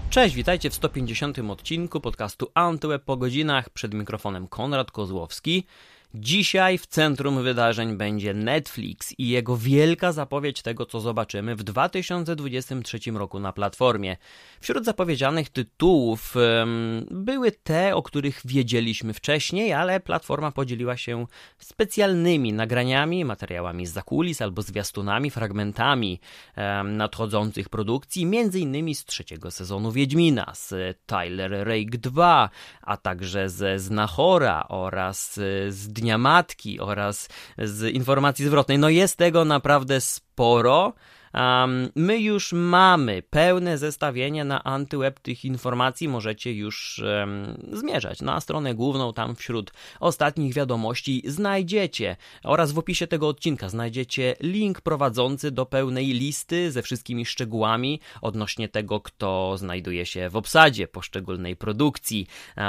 Cześć, witajcie w 150. odcinku podcastu Antyweb po godzinach. Przed mikrofonem Konrad Kozłowski. Dzisiaj w centrum wydarzeń będzie Netflix i jego wielka zapowiedź tego, co zobaczymy w 2023 roku na platformie. Wśród zapowiedzianych tytułów były te, o których wiedzieliśmy wcześniej, ale platforma podzieliła się specjalnymi nagraniami, materiałami z zakulis albo zwiastunami, fragmentami nadchodzących produkcji, m.in. z trzeciego sezonu Wiedźmina, z Tyler Rake 2, a także ze Znachora oraz z Dnia Matki oraz z informacji zwrotnej. No jest tego naprawdę sporo. My już mamy pełne zestawienie na Antyweb tych informacji, możecie już zmierzać na stronę główną, tam wśród ostatnich wiadomości znajdziecie oraz w opisie tego odcinka znajdziecie link prowadzący do pełnej listy ze wszystkimi szczegółami odnośnie tego, kto znajduje się w obsadzie poszczególnej produkcji,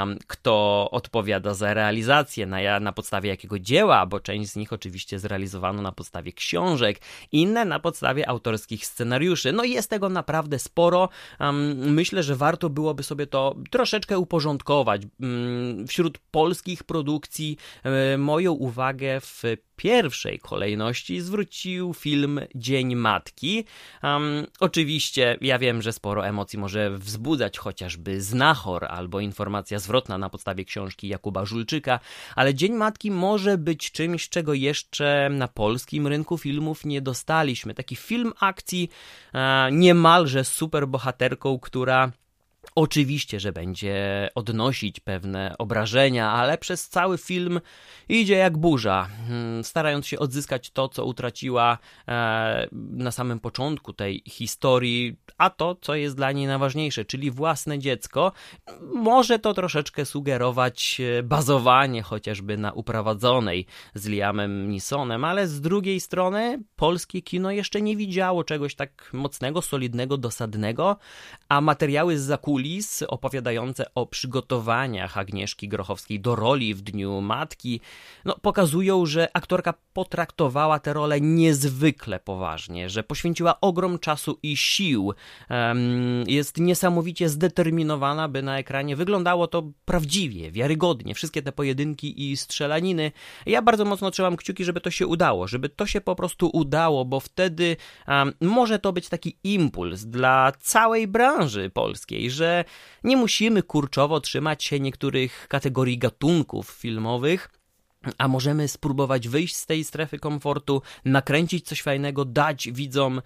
kto odpowiada za realizację, na podstawie jakiego dzieła, bo część z nich oczywiście zrealizowano na podstawie książek, inne na podstawie autorskich scenariuszy. No i jest tego naprawdę sporo. Myślę, że warto byłoby sobie to troszeczkę uporządkować. Wśród polskich produkcji moją uwagę w pierwszej kolejności zwrócił film Dzień Matki. Oczywiście ja wiem, że sporo emocji może wzbudzać chociażby Znachor albo informacja zwrotna na podstawie książki Jakuba Żulczyka, ale Dzień Matki może być czymś, czego jeszcze na polskim rynku filmów nie dostaliśmy. Taki film akcji niemalże z superbohaterką, która oczywiście, że będzie odnosić pewne obrażenia, ale przez cały film idzie jak burza, starając się odzyskać to, co utraciła na samym początku tej historii, a to, co jest dla niej najważniejsze, czyli własne dziecko. Może to troszeczkę sugerować bazowanie chociażby na Uprowadzonej z Liamem Neesonem, ale z drugiej strony polskie kino jeszcze nie widziało czegoś tak mocnego, solidnego, dosadnego, a materiały z zakulis opowiadające o przygotowaniach Agnieszki Grochowskiej do roli w Dniu Matki pokazują, że aktorka potraktowała tę rolę niezwykle poważnie, że poświęciła ogrom czasu i sił. Jest niesamowicie zdeterminowana, by na ekranie wyglądało to prawdziwie, wiarygodnie. Wszystkie te pojedynki i strzelaniny. Ja bardzo mocno trzymam kciuki, żeby to się udało, żeby to się po prostu udało, bo wtedy może to być taki impuls dla całej branży polskiej, że nie musimy kurczowo trzymać się niektórych kategorii gatunków filmowych, a możemy spróbować wyjść z tej strefy komfortu, nakręcić coś fajnego, dać widzom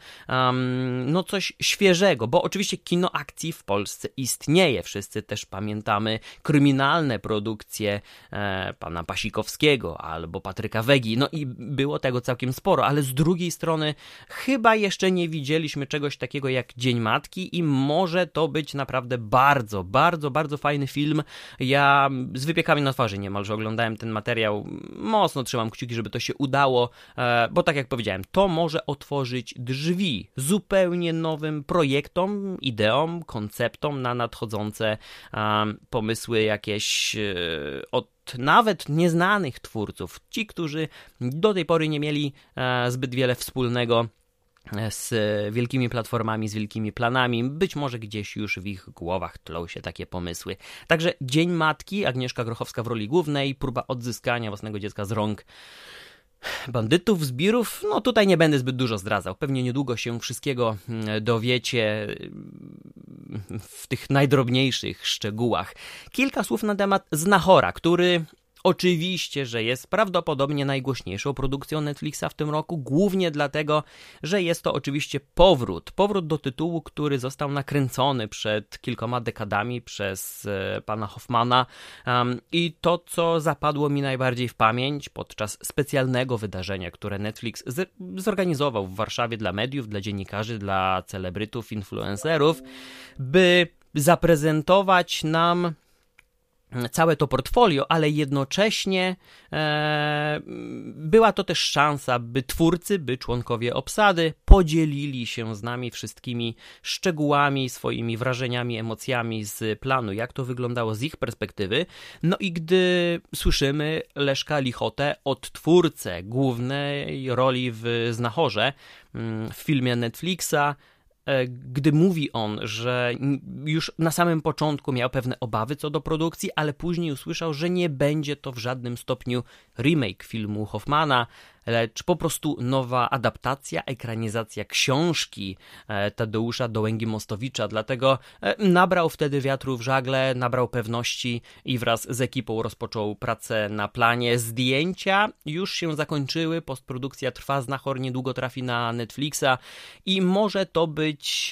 coś świeżego, bo oczywiście kino akcji w Polsce istnieje. Wszyscy też pamiętamy kryminalne produkcje pana Pasikowskiego albo Patryka Wegi, no i było tego całkiem sporo, ale z drugiej strony chyba jeszcze nie widzieliśmy czegoś takiego jak Dzień Matki i może to być naprawdę bardzo, bardzo, bardzo fajny film. Ja z wypiekami na twarzy niemalże oglądałem ten materiał. Mocno trzymam kciuki, żeby to się udało, bo tak jak powiedziałem, to może otworzyć drzwi zupełnie nowym projektom, ideom, konceptom na nadchodzące pomysły jakieś od nawet nieznanych twórców. Ci, którzy do tej pory nie mieli zbyt wiele wspólnego z wielkimi platformami, z wielkimi planami. Być może gdzieś już w ich głowach tlą się takie pomysły. Także Dzień Matki, Agnieszka Grochowska w roli głównej, próba odzyskania własnego dziecka z rąk bandytów, zbirów. No tutaj nie będę zbyt dużo zdradzał. Pewnie niedługo się wszystkiego dowiecie w tych najdrobniejszych szczegółach. Kilka słów na temat Znachora, który oczywiście, że jest prawdopodobnie najgłośniejszą produkcją Netflixa w tym roku, głównie dlatego, że jest to oczywiście powrót do tytułu, który został nakręcony przed kilkoma dekadami przez pana Hoffmana i to, co zapadło mi najbardziej w pamięć podczas specjalnego wydarzenia, które Netflix zorganizował w Warszawie dla mediów, dla dziennikarzy, dla celebrytów, influencerów, by zaprezentować nam całe to portfolio, ale jednocześnie była to też szansa, by twórcy, by członkowie obsady podzielili się z nami wszystkimi szczegółami, swoimi wrażeniami, emocjami z planu, jak to wyglądało z ich perspektywy. No i gdy słyszymy Leszka Lichotę, odtwórcę głównej roli w Znachorze, w filmie Netflixa, gdy mówi on, że już na samym początku miał pewne obawy co do produkcji, ale później usłyszał, że nie będzie to w żadnym stopniu remake filmu Hoffmana, lecz po prostu nowa adaptacja, ekranizacja książki Tadeusza Dołęgi-Mostowicza. Dlatego nabrał wtedy wiatru w żagle, nabrał pewności i wraz z ekipą rozpoczął pracę na planie. Zdjęcia już się zakończyły, postprodukcja trwa, Znachor niedługo trafi na Netflixa i może to być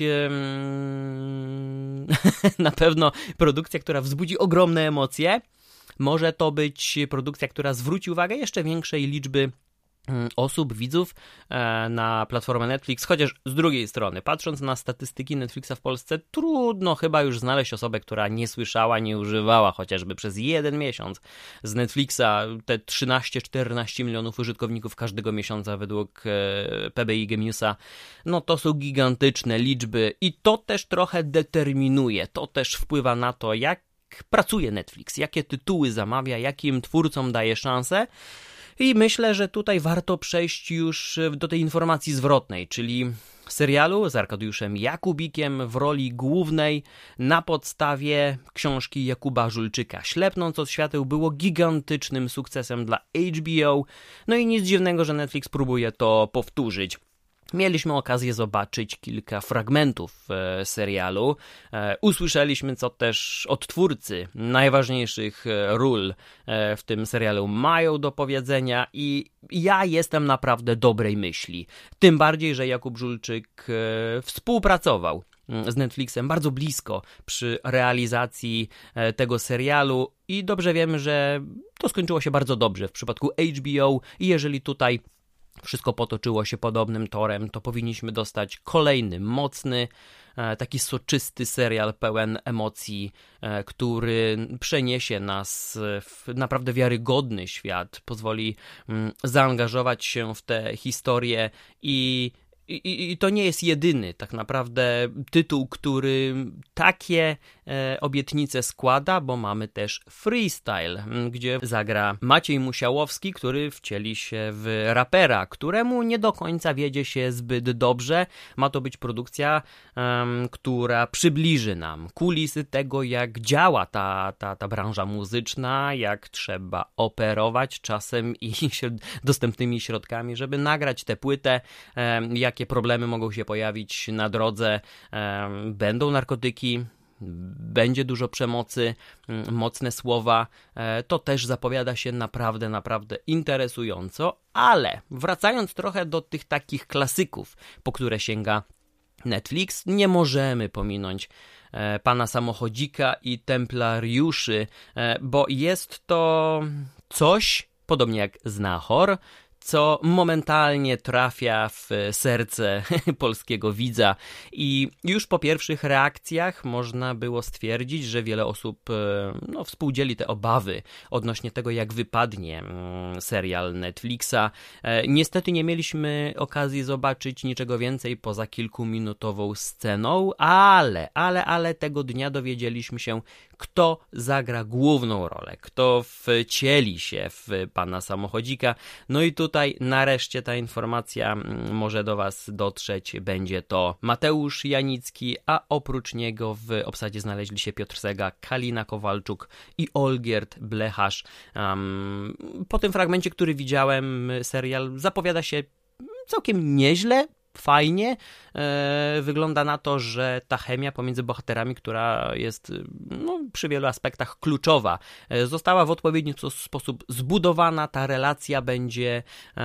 na pewno produkcja, która wzbudzi ogromne emocje. Może to być produkcja, która zwróci uwagę jeszcze większej liczby osób, widzów na platformę Netflix, chociaż z drugiej strony, patrząc na statystyki Netflixa w Polsce, trudno chyba już znaleźć osobę, która nie słyszała, nie używała chociażby przez 1 miesiąc z Netflixa te 13-14 milionów użytkowników każdego miesiąca według PBI Geniusa. No to są gigantyczne liczby i to też trochę determinuje, to też wpływa na to, jak pracuje Netflix, jakie tytuły zamawia, jakim twórcom daje szansę. I myślę, że tutaj warto przejść już do tej informacji zwrotnej, czyli serialu z Arkadiuszem Jakubikiem w roli głównej na podstawie książki Jakuba Żulczyka. Ślepnąc od świateł było gigantycznym sukcesem dla HBO, no i nic dziwnego, że Netflix próbuje to powtórzyć. Mieliśmy okazję zobaczyć kilka fragmentów serialu. Usłyszeliśmy, co też od twórcy najważniejszych ról w tym serialu mają do powiedzenia i ja jestem naprawdę dobrej myśli. Tym bardziej, że Jakub Żulczyk współpracował z Netflixem bardzo blisko przy realizacji tego serialu i dobrze wiemy, że to skończyło się bardzo dobrze w przypadku HBO i jeżeli tutaj wszystko potoczyło się podobnym torem, to powinniśmy dostać kolejny, mocny, taki soczysty serial pełen emocji, który przeniesie nas w naprawdę wiarygodny świat, pozwoli zaangażować się w tę historię i to nie jest jedyny tak naprawdę tytuł, który takie obietnice składa, bo mamy też Freestyle, gdzie zagra Maciej Musiałowski, który wcieli się w rapera, któremu nie do końca wiedzie się zbyt dobrze. Ma to być produkcja, która przybliży nam kulisy tego, jak działa ta branża muzyczna, jak trzeba operować czasem i dostępnymi środkami, żeby nagrać tę płytę, jakie problemy mogą się pojawić na drodze. Będą narkotyki, będzie dużo przemocy, mocne słowa. To też zapowiada się naprawdę, naprawdę interesująco, ale wracając trochę do tych takich klasyków, po które sięga Netflix, nie możemy pominąć Pana Samochodzika i Templariuszy, bo jest to coś, podobnie jak Znachor, co momentalnie trafia w serce polskiego widza i już po pierwszych reakcjach można było stwierdzić, że wiele osób współdzieli te obawy odnośnie tego, jak wypadnie serial Netflixa. Niestety nie mieliśmy okazji zobaczyć niczego więcej poza kilkuminutową sceną, ale tego dnia dowiedzieliśmy się, kto zagra główną rolę, kto wcieli się w Pana Samochodzika. No i tutaj nareszcie ta informacja może do Was dotrzeć. Będzie to Mateusz Janicki, a oprócz niego w obsadzie znaleźli się Piotr Sega, Kalina Kowalczuk i Olgierd Blecharz. Po tym fragmencie, który widziałem, serial zapowiada się całkiem nieźle, fajnie. Wygląda na to, że ta chemia pomiędzy bohaterami, która jest przy wielu aspektach kluczowa, została w odpowiedni sposób zbudowana. Ta relacja będzie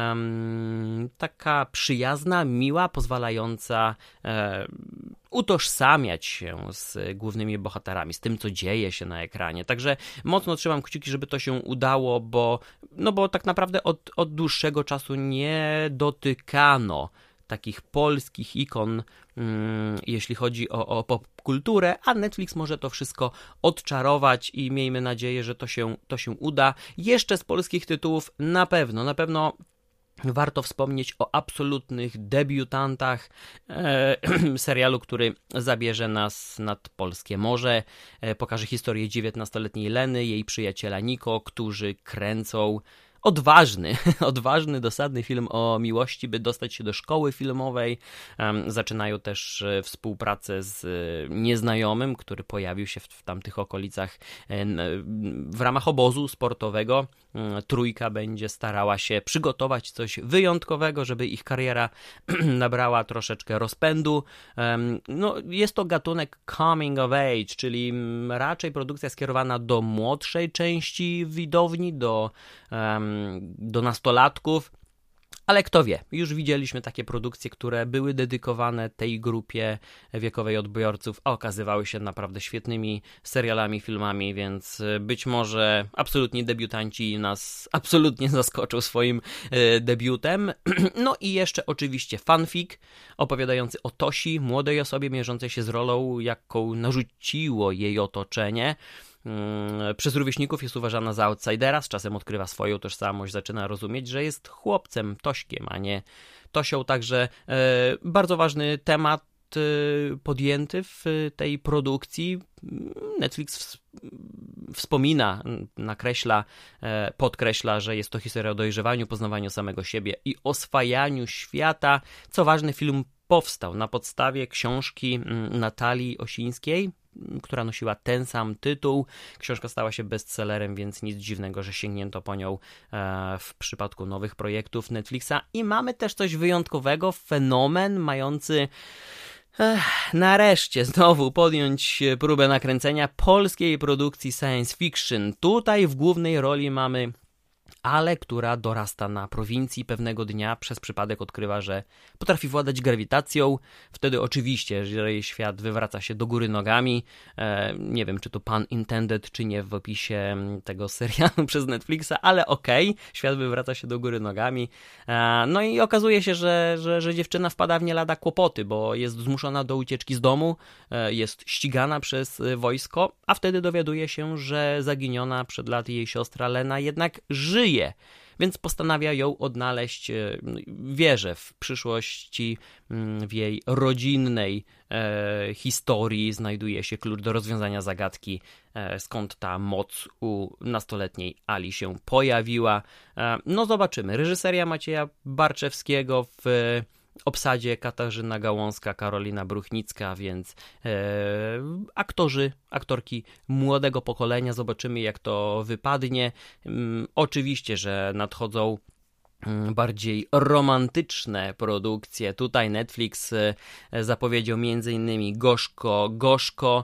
taka przyjazna, miła, pozwalająca utożsamiać się z głównymi bohaterami, z tym, co dzieje się na ekranie. Także mocno trzymam kciuki, żeby to się udało, bo tak naprawdę od dłuższego czasu nie dotykano takich polskich ikon, jeśli chodzi o popkulturę, a Netflix może to wszystko odczarować i miejmy nadzieję, że to się uda. Jeszcze z polskich tytułów na pewno warto wspomnieć o absolutnych debiutantach serialu, który zabierze nas nad polskie morze, pokaże historię 19-letniej Leny, jej przyjaciela Niko, którzy kręcą odważny, dosadny film o miłości, by dostać się do szkoły filmowej. Zaczynają też współpracę z nieznajomym, który pojawił się w tamtych okolicach w ramach obozu sportowego. Trójka będzie starała się przygotować coś wyjątkowego, żeby ich kariera nabrała troszeczkę rozpędu. No, jest to gatunek coming of age, czyli raczej produkcja skierowana do młodszej części widowni, do nastolatków. Ale kto wie, już widzieliśmy takie produkcje, które były dedykowane tej grupie wiekowej odbiorców, a okazywały się naprawdę świetnymi serialami, filmami, więc być może absolutni debiutanci nas absolutnie zaskoczą swoim debiutem. No i jeszcze oczywiście fanfic opowiadający o Tosi, młodej osobie mierzącej się z rolą, jaką narzuciło jej otoczenie. Przez rówieśników jest uważana za outsidera, z czasem odkrywa swoją tożsamość, zaczyna rozumieć, że jest chłopcem, Tośkiem, a nie Tosią. Także bardzo ważny temat podjęty w tej produkcji. Netflix wspomina, nakreśla, podkreśla, że jest to historia o dojrzewaniu, poznawaniu samego siebie i oswajaniu świata. Co ważne, film powstał na podstawie książki Natalii Osińskiej, która nosiła ten sam tytuł. Książka stała się bestsellerem, więc nic dziwnego, że sięgnięto po nią w przypadku nowych projektów Netflixa. I mamy też coś wyjątkowego, fenomen mający nareszcie znowu podjąć próbę nakręcenia polskiej produkcji science fiction. Tutaj w głównej roli mamy Ale, która dorasta na prowincji. Pewnego dnia przez przypadek odkrywa, że potrafi władać grawitacją. Wtedy oczywiście, że jej świat wywraca się do góry nogami. Nie wiem, czy to pun intended, czy nie w opisie tego serialu przez Netflixa, ale okej, świat wywraca się do góry nogami. No i okazuje się, że dziewczyna wpada w nie lada kłopoty, bo jest zmuszona do ucieczki z domu, jest ścigana przez wojsko, a wtedy dowiaduje się, że zaginiona przed laty jej siostra Lena jednak żyje. Więc postanawia ją odnaleźć. Wierzę w przyszłości, w jej rodzinnej historii znajduje się klucz do rozwiązania zagadki, skąd ta moc u nastoletniej Ali się pojawiła. No zobaczymy. Reżyseria Macieja Barczewskiego, w obsadzie Katarzyna Gałązka, Karolina Bruchnicka, więc aktorki młodego pokolenia. Zobaczymy, jak to wypadnie. Oczywiście, że nadchodzą bardziej romantyczne produkcje. Tutaj Netflix zapowiedział m.in. Gorzko,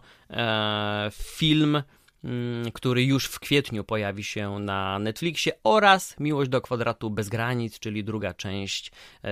film, który już w kwietniu pojawi się na Netflixie, oraz Miłość do kwadratu bez granic, czyli druga część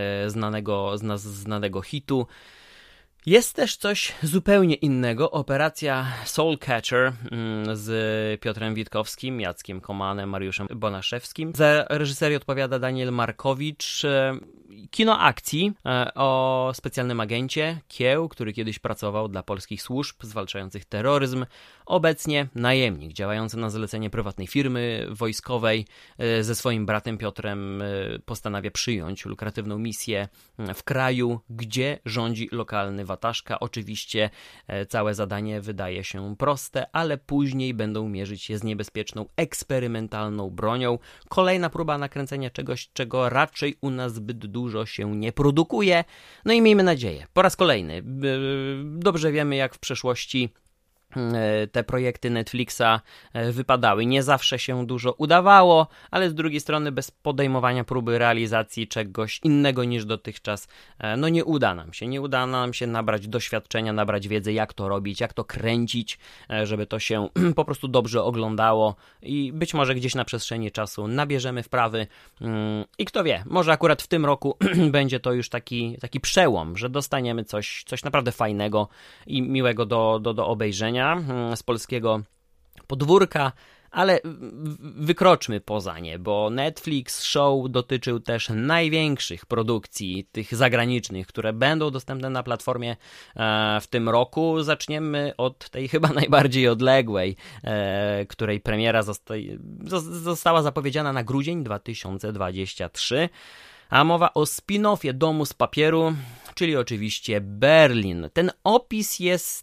znanego hitu. Jest też coś zupełnie innego. Operacja Soulcatcher z Piotrem Witkowskim, Jackiem Komanem, Mariuszem Bonaszewskim. Za reżyserię odpowiada Daniel Markowicz. Kino akcji o specjalnym agencie Kieł, który kiedyś pracował dla polskich służb zwalczających terroryzm. Obecnie najemnik działający na zlecenie prywatnej firmy wojskowej ze swoim bratem Piotrem postanawia przyjąć lukratywną misję w kraju, gdzie rządzi lokalny wataszka. Oczywiście całe zadanie wydaje się proste, ale później będą mierzyć się z niebezpieczną, eksperymentalną bronią. Kolejna próba nakręcenia czegoś, czego raczej u nas zbyt dużo się nie produkuje. No i miejmy nadzieję, po raz kolejny. Dobrze wiemy, jak w przeszłości te projekty Netflixa wypadały. Nie zawsze się dużo udawało, ale z drugiej strony bez podejmowania próby realizacji czegoś innego niż dotychczas, no nie uda nam się nabrać doświadczenia, nabrać wiedzy, jak to robić, jak to kręcić, żeby to się po prostu dobrze oglądało i być może gdzieś na przestrzeni czasu nabierzemy wprawy i kto wie, może akurat w tym roku będzie to już taki przełom, że dostaniemy coś naprawdę fajnego i miłego do obejrzenia z polskiego podwórka, ale wykroczmy poza nie, bo Netflix Show dotyczył też największych produkcji, tych zagranicznych, które będą dostępne na platformie w tym roku. Zaczniemy od tej chyba najbardziej odległej, której premiera została zapowiedziana na grudzień 2023. A mowa o spin-offie Domu z papieru, czyli oczywiście Berlin. Ten opis jest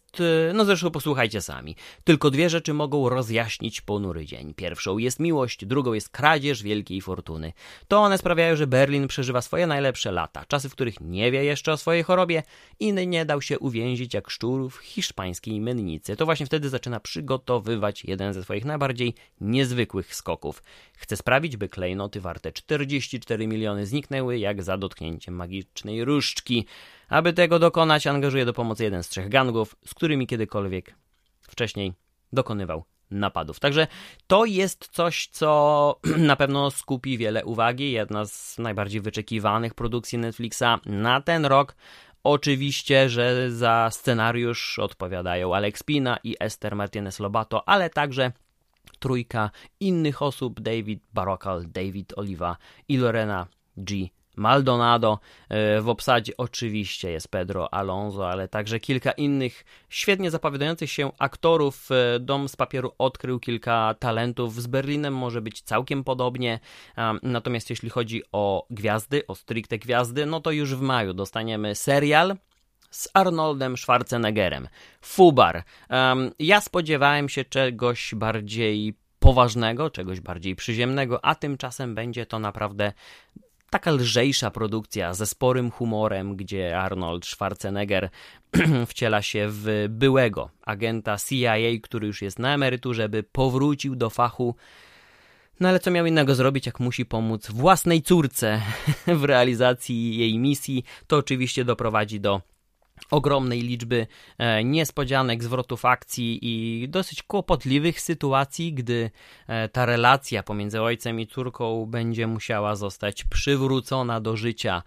no zresztą posłuchajcie sami. Tylko dwie rzeczy mogą rozjaśnić ponury dzień. Pierwszą jest miłość, drugą jest kradzież wielkiej fortuny. To one sprawiają, że Berlin przeżywa swoje najlepsze lata. Czasy, w których nie wie jeszcze o swojej chorobie i nie dał się uwięzić jak szczur w hiszpańskiej mennicy. To właśnie wtedy zaczyna przygotowywać jeden ze swoich najbardziej niezwykłych skoków. Chce sprawić, by klejnoty warte 44 miliony zniknęły jak za dotknięciem magicznej różdżki. Aby tego dokonać, angażuje do pomocy jeden z 3 gangów, z którymi kiedykolwiek wcześniej dokonywał napadów. Także to jest coś, co na pewno skupi wiele uwagi. Jedna z najbardziej wyczekiwanych produkcji Netflixa na ten rok. Oczywiście, że za scenariusz odpowiadają Alex Pina i Esther Martinez-Lobato, ale także trójka innych osób: David Baracal, David Oliva i Lorena G. Maldonado. W obsadzie oczywiście jest Pedro Alonso, ale także kilka innych świetnie zapowiadających się aktorów. Dom z papieru odkrył kilka talentów. Z Berlinem może być całkiem podobnie. Natomiast jeśli chodzi o gwiazdy, o stricte gwiazdy, no to już w maju dostaniemy serial z Arnoldem Schwarzeneggerem. Fubar. Ja spodziewałem się czegoś bardziej poważnego, czegoś bardziej przyziemnego, a tymczasem będzie to naprawdę taka lżejsza produkcja ze sporym humorem, gdzie Arnold Schwarzenegger wciela się w byłego agenta CIA, który już jest na emeryturze, by powrócił do fachu. No ale co miał innego zrobić, jak musi pomóc własnej córce w realizacji jej misji? To oczywiście doprowadzi do ogromnej liczby niespodzianek, zwrotów akcji i dosyć kłopotliwych sytuacji, gdy ta relacja pomiędzy ojcem i córką będzie musiała zostać przywrócona do życia,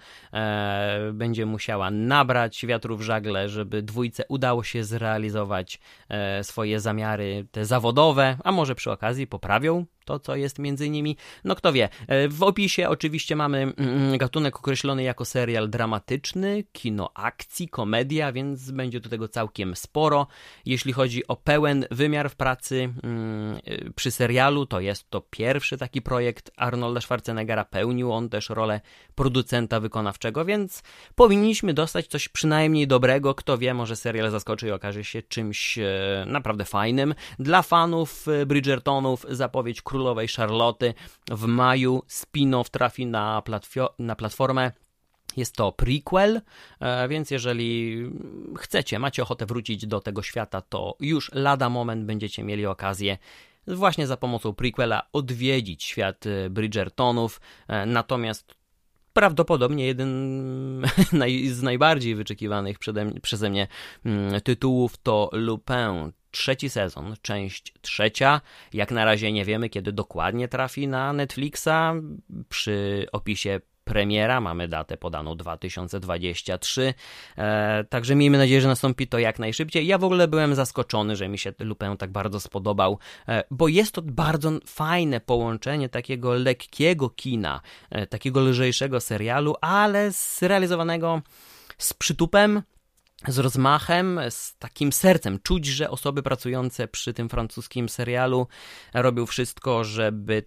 będzie musiała nabrać wiatru w żagle, żeby dwójce udało się zrealizować swoje zamiary te zawodowe, a może przy okazji poprawią to, co jest między nimi. No kto wie. W opisie oczywiście mamy gatunek określony jako serial dramatyczny, kino akcji, komedia, więc będzie do tego całkiem sporo. Jeśli chodzi o pełen wymiar w pracy przy serialu, to jest to pierwszy taki projekt Arnolda Schwarzeneggera. Pełnił on też rolę producenta wykonawczego, więc powinniśmy dostać coś przynajmniej dobrego. Kto wie, może serial zaskoczy i okaże się czymś naprawdę fajnym. Dla fanów Bridgertonów zapowiedź Królowej Charlotte w maju. Spin-off trafi na platformę. Jest to prequel, więc jeżeli macie ochotę wrócić do tego świata, to już lada moment będziecie mieli okazję właśnie za pomocą prequela odwiedzić świat Bridgertonów. Natomiast prawdopodobnie jeden z najbardziej wyczekiwanych przeze mnie tytułów to Lupin. 3. sezon, część 3. Jak na razie nie wiemy, kiedy dokładnie trafi na Netflixa. Przy opisie premiera mamy datę podaną 2023. Także miejmy nadzieję, że nastąpi to jak najszybciej. Ja w ogóle byłem zaskoczony, że mi się Lupin tak bardzo spodobał, bo jest to bardzo fajne połączenie takiego lekkiego kina, takiego lżejszego serialu, ale zrealizowanego z przytupem, z rozmachem, z takim sercem. Czuć, że osoby pracujące przy tym francuskim serialu robią wszystko, żeby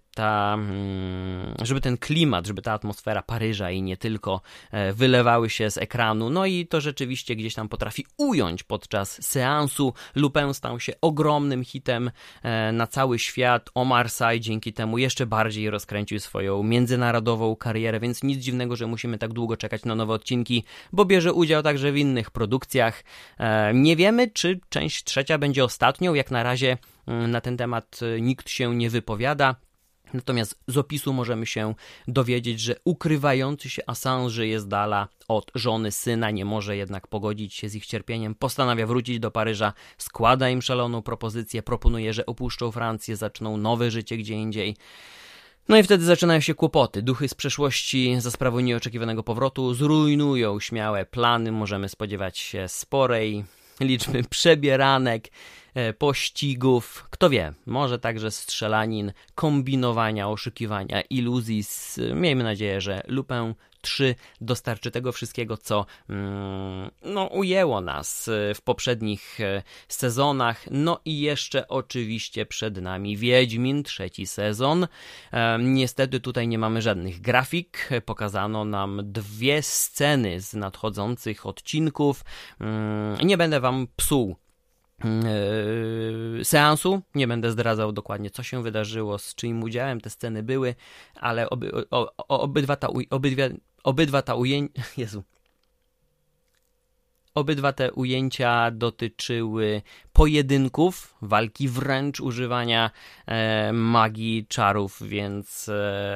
ten klimat, żeby ta atmosfera Paryża i nie tylko wylewały się z ekranu. No i to rzeczywiście gdzieś tam potrafi ująć podczas seansu. Lupin stał się ogromnym hitem na cały świat. Omar Sy dzięki temu jeszcze bardziej rozkręcił swoją międzynarodową karierę, więc nic dziwnego, że musimy tak długo czekać na nowe odcinki, bo bierze udział także w innych produkcjach. Nie wiemy, czy część 3 będzie ostatnią. Jak na razie na ten temat nikt się nie wypowiada. Natomiast z opisu możemy się dowiedzieć, że ukrywający się Assange jest dala od żony syna, nie może jednak pogodzić się z ich cierpieniem, postanawia wrócić do Paryża, składa im szaloną propozycję, proponuje, że opuszczą Francję, zaczną nowe życie gdzie indziej. No i wtedy zaczynają się kłopoty. Duchy z przeszłości za sprawą nieoczekiwanego powrotu zrujnują śmiałe plany. Możemy spodziewać się sporej liczby przebieranek, pościgów. Kto wie, może także strzelanin, kombinowania, oszukiwania, iluzji. Miejmy nadzieję, że Lupin 3 dostarczy tego wszystkiego, co ujęło nas w poprzednich sezonach. No i jeszcze oczywiście przed nami Wiedźmin, 3. sezon. Niestety tutaj nie mamy żadnych grafik. Pokazano nam 2 sceny z nadchodzących odcinków. Nie będę wam psuł seansu. Nie będę zdradzał dokładnie, co się wydarzyło, z czyim udziałem te sceny były, ale obydwa te ujęcia dotyczyły pojedynków, walki wręcz, używania magii, czarów, więc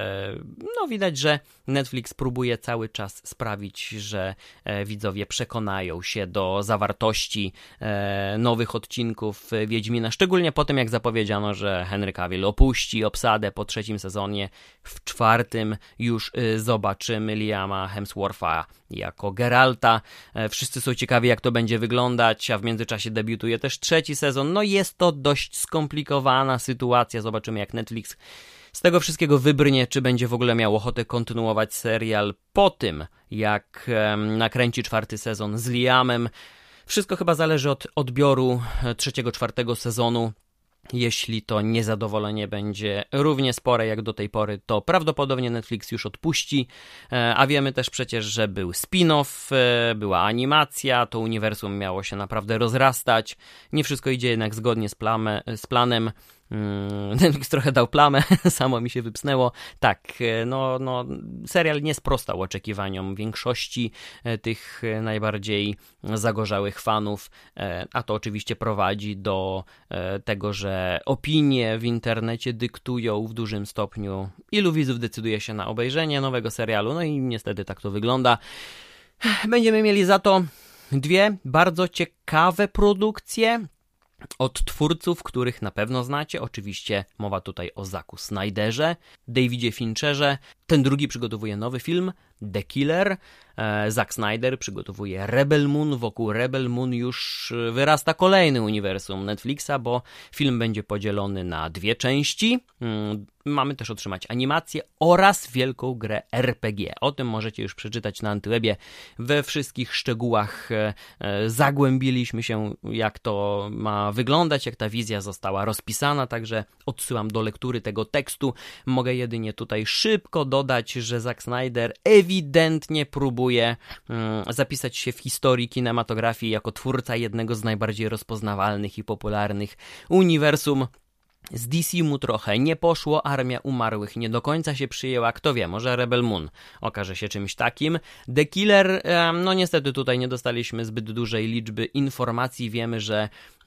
no widać, że Netflix próbuje cały czas sprawić, że widzowie przekonają się do zawartości nowych odcinków Wiedźmina, szczególnie po tym, jak zapowiedziano, że Henry Cavill opuści obsadę po 3. sezonie. W 4. już zobaczymy Liama Hemswortha jako Geralta. Wszyscy są ciekawi, jak to będzie wyglądać, a w międzyczasie debiutuje też 3. sezon. No jest to dość skomplikowana sytuacja. Zobaczymy, jak Netflix z tego wszystkiego wybrnie, czy będzie w ogóle miał ochotę kontynuować serial po tym, jak nakręci 4. sezon z Liamem. Wszystko chyba zależy od odbioru 3., 4. sezonu. Jeśli to niezadowolenie będzie równie spore jak do tej pory, to prawdopodobnie Netflix już odpuści, a wiemy też przecież, że był spin-off, była animacja, to uniwersum miało się naprawdę rozrastać, nie wszystko idzie jednak zgodnie z planem. Netflix trochę dał plamę, samo mi się wypsnęło. Tak, no serial nie sprostał oczekiwaniom większości tych najbardziej zagorzałych fanów, a to oczywiście prowadzi do tego, że opinie w internecie dyktują w dużym stopniu, ilu widzów decyduje się na obejrzenie nowego serialu, no i niestety tak to wygląda. Będziemy mieli za to 2 bardzo ciekawe produkcje od twórców, których na pewno znacie. Oczywiście mowa tutaj o Zacku Snyderze, Davidzie Fincherze. Ten drugi przygotowuje nowy film, The Killer. Zack Snyder przygotowuje Rebel Moon. Wokół Rebel Moon już wyrasta kolejny uniwersum Netflixa, bo film będzie podzielony na 2 części. Mamy też otrzymać animację oraz wielką grę RPG. O tym możecie już przeczytać na Antywebie. We wszystkich szczegółach zagłębiliśmy się, jak to ma wyglądać, jak ta wizja została rozpisana, także odsyłam do lektury tego tekstu. Mogę jedynie tutaj szybko dodać, że Zack Snyder ewidentnie próbuje zapisać się w historii kinematografii jako twórca jednego z najbardziej rozpoznawalnych i popularnych uniwersum. Z DC mu trochę nie poszło, Armia Umarłych nie do końca się przyjęła, kto wie, może Rebel Moon okaże się czymś takim. The Killer, no niestety tutaj nie dostaliśmy zbyt dużej liczby informacji, wiemy, że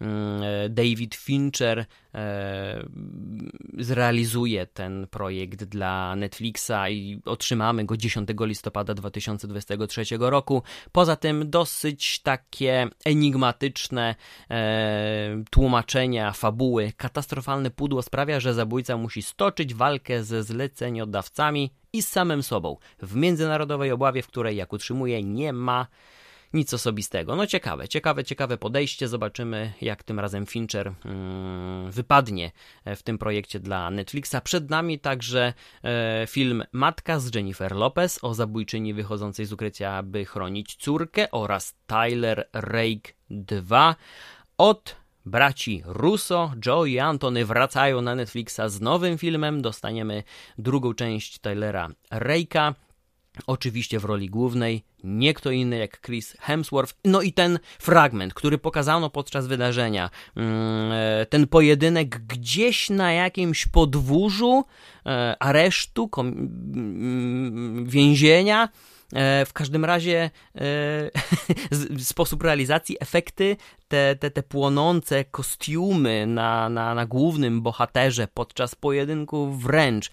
David Fincher zrealizuje ten projekt dla Netflixa i otrzymamy go 10 listopada 2023 roku. Poza tym dosyć takie enigmatyczne tłumaczenia fabuły. Katastrofalne pudło sprawia, że zabójca musi stoczyć walkę ze zleceniodawcami i z samym sobą w międzynarodowej obawie, w której, jak utrzymuje, nie ma nic osobistego. No ciekawe podejście. Zobaczymy, jak tym razem Fincher wypadnie w tym projekcie dla Netflixa. Przed nami także film Matka z Jennifer Lopez o zabójczyni wychodzącej z ukrycia, by chronić córkę, oraz Tyler Rake 2 od braci Russo. Joe i Anthony wracają na Netflixa z nowym filmem. Dostaniemy drugą część Tylera Rake'a. Oczywiście w roli głównej nie kto inny jak Chris Hemsworth. No i ten fragment, który pokazano podczas wydarzenia, ten pojedynek gdzieś na jakimś podwórzu aresztu, więzienia. W każdym razie sposób realizacji, efekty, te płonące kostiumy na głównym bohaterze podczas pojedynku wręcz,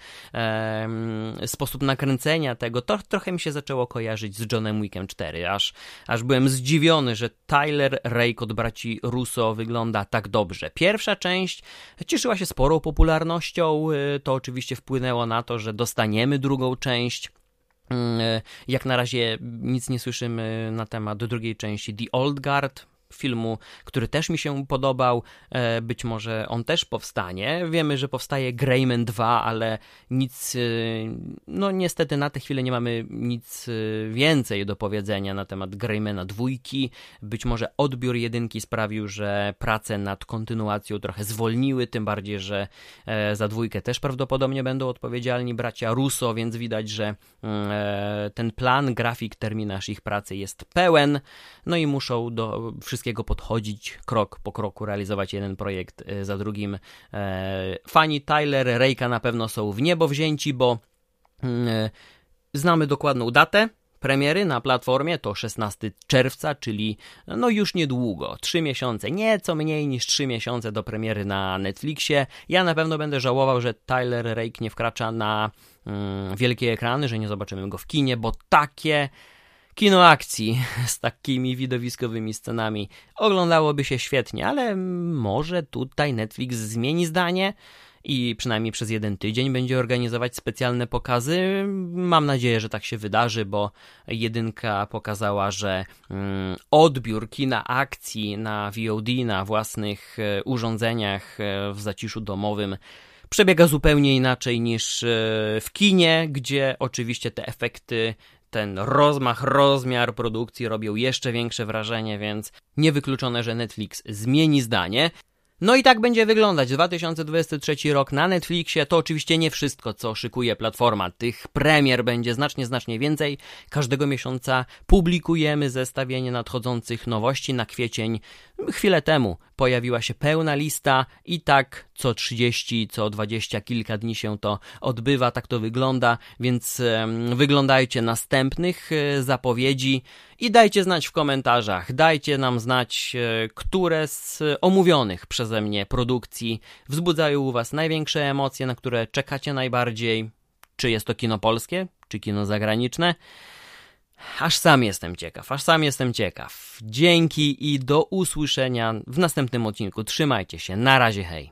sposób nakręcenia tego, to trochę mi się zaczęło kojarzyć z Johnem Wickiem 4, aż byłem zdziwiony, że Tyler Rake od braci Russo wygląda tak dobrze. Pierwsza część cieszyła się sporą popularnością, to oczywiście wpłynęło na to, że dostaniemy drugą część. Jak na razie nic nie słyszymy na temat drugiej części The Old Guard, filmu, który też mi się podobał. Być może on też powstanie. Wiemy, że powstaje Greyman 2, ale nic, no niestety na tę chwilę nie mamy nic więcej do powiedzenia na temat Greymana 2. Być może odbiór 1 sprawił, że prace nad kontynuacją trochę zwolniły, tym bardziej, że za 2 też prawdopodobnie będą odpowiedzialni bracia Russo, więc widać, że ten plan, grafik, terminarz ich pracy jest pełen, no i muszą wszystko wszystkiego podchodzić krok po kroku, realizować jeden projekt za drugim. Fani Tyler Rake'a na pewno są w niebo wzięci, bo znamy dokładną datę premiery na platformie, to 16 czerwca, czyli no już niedługo, 3 miesiące, nieco mniej niż 3 miesiące do premiery na Netflixie. Ja na pewno będę żałował, że Tyler Rake nie wkracza na wielkie ekrany, że nie zobaczymy go w kinie, bo takie kino akcji z takimi widowiskowymi scenami oglądałoby się świetnie, ale może tutaj Netflix zmieni zdanie i przynajmniej przez 1 tydzień będzie organizować specjalne pokazy. Mam nadzieję, że tak się wydarzy, bo 1 pokazała, że odbiór kina akcji na VOD, na własnych urządzeniach w zaciszu domowym przebiega zupełnie inaczej niż w kinie, gdzie oczywiście te efekty, ten rozmiar produkcji robią jeszcze większe wrażenie, więc niewykluczone, że Netflix zmieni zdanie. No i tak będzie wyglądać 2023 rok na Netflixie. To oczywiście nie wszystko, co szykuje platforma. Tych premier będzie znacznie więcej. Każdego miesiąca publikujemy zestawienie nadchodzących nowości. Na kwiecień, chwilę temu, pojawiła się pełna lista i tak co 30, co 20 kilka dni się to odbywa. Tak to wygląda, więc wyglądajcie następnych zapowiedzi i dajcie znać w komentarzach. Dajcie nam znać, które z omówionych przeze mnie produkcji wzbudzają u was największe emocje, na które czekacie najbardziej. Czy jest to kino polskie, czy kino zagraniczne? Aż sam jestem ciekaw. Dzięki i do usłyszenia w następnym odcinku. Trzymajcie się, na razie, hej.